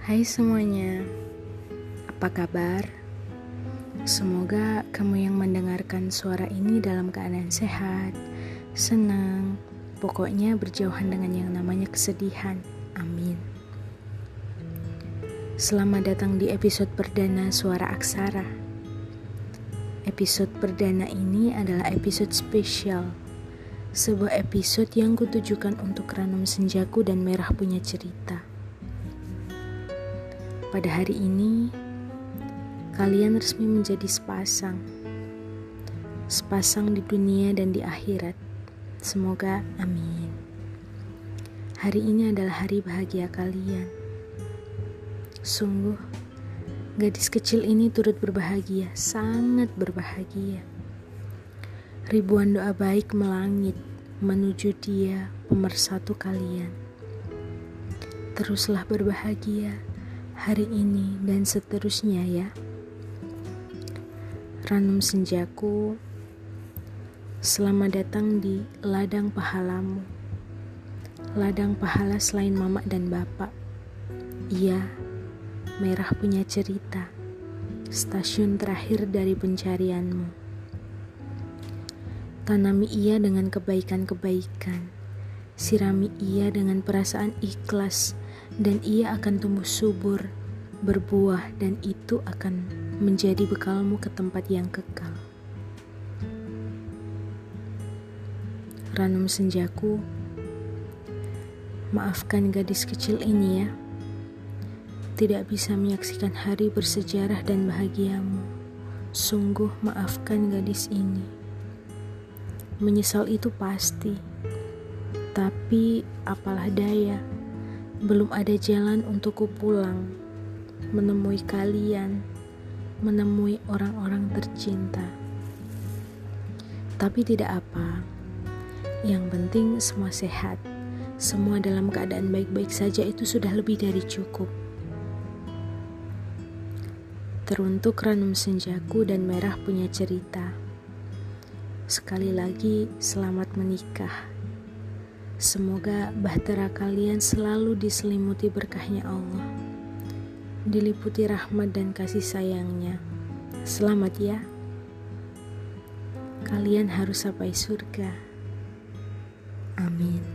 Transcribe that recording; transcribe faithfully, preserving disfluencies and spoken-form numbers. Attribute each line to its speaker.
Speaker 1: Hai semuanya, apa kabar? Semoga kamu yang mendengarkan suara ini dalam keadaan sehat, senang, pokoknya berjauhan dengan yang namanya kesedihan. Amin. Selamat datang di episode perdana Suara Aksara. Episode perdana ini adalah episode spesial, sebuah episode yang kutujukan untuk Ranum Senjaku dan Merah Punya Cerita. Pada hari ini, kalian resmi menjadi sepasang. Sepasang di dunia dan di akhirat. Semoga amin. Hari ini adalah hari bahagia kalian. Sungguh, gadis kecil ini turut berbahagia, sangat berbahagia. Ribuan doa baik melangit menuju dia, pemersatu kalian. Teruslah berbahagia hari ini dan seterusnya ya. Ranum Senjaku, selamat datang di ladang pahalamu. Ladang pahala selain mama dan bapak. Iya, Merah Punya Cerita. Stasiun terakhir dari pencarianmu. Tanami ia dengan kebaikan-kebaikan. Sirami ia dengan perasaan ikhlas, dan ia akan tumbuh subur, berbuah, dan itu akan menjadi bekalmu ke tempat yang kekal. Ranum Senjaku, maafkan gadis kecil ini ya, tidak bisa menyaksikan hari bersejarah dan bahagiamu. Sungguh maafkan gadis ini. Menyesal itu pasti, tapi apalah daya, belum ada jalan untukku pulang, menemui kalian, menemui orang-orang tercinta. Tapi tidak apa, yang penting semua sehat, semua dalam keadaan baik-baik saja, itu sudah lebih dari cukup. Teruntuk Ranum Senjaku dan Merah Punya Cerita, sekali lagi selamat menikah. Semoga bahtera kalian selalu diselimuti berkahnya Allah, diliputi rahmat dan kasih sayangnya. Selamat ya. Kalian harus sampai surga. Amin.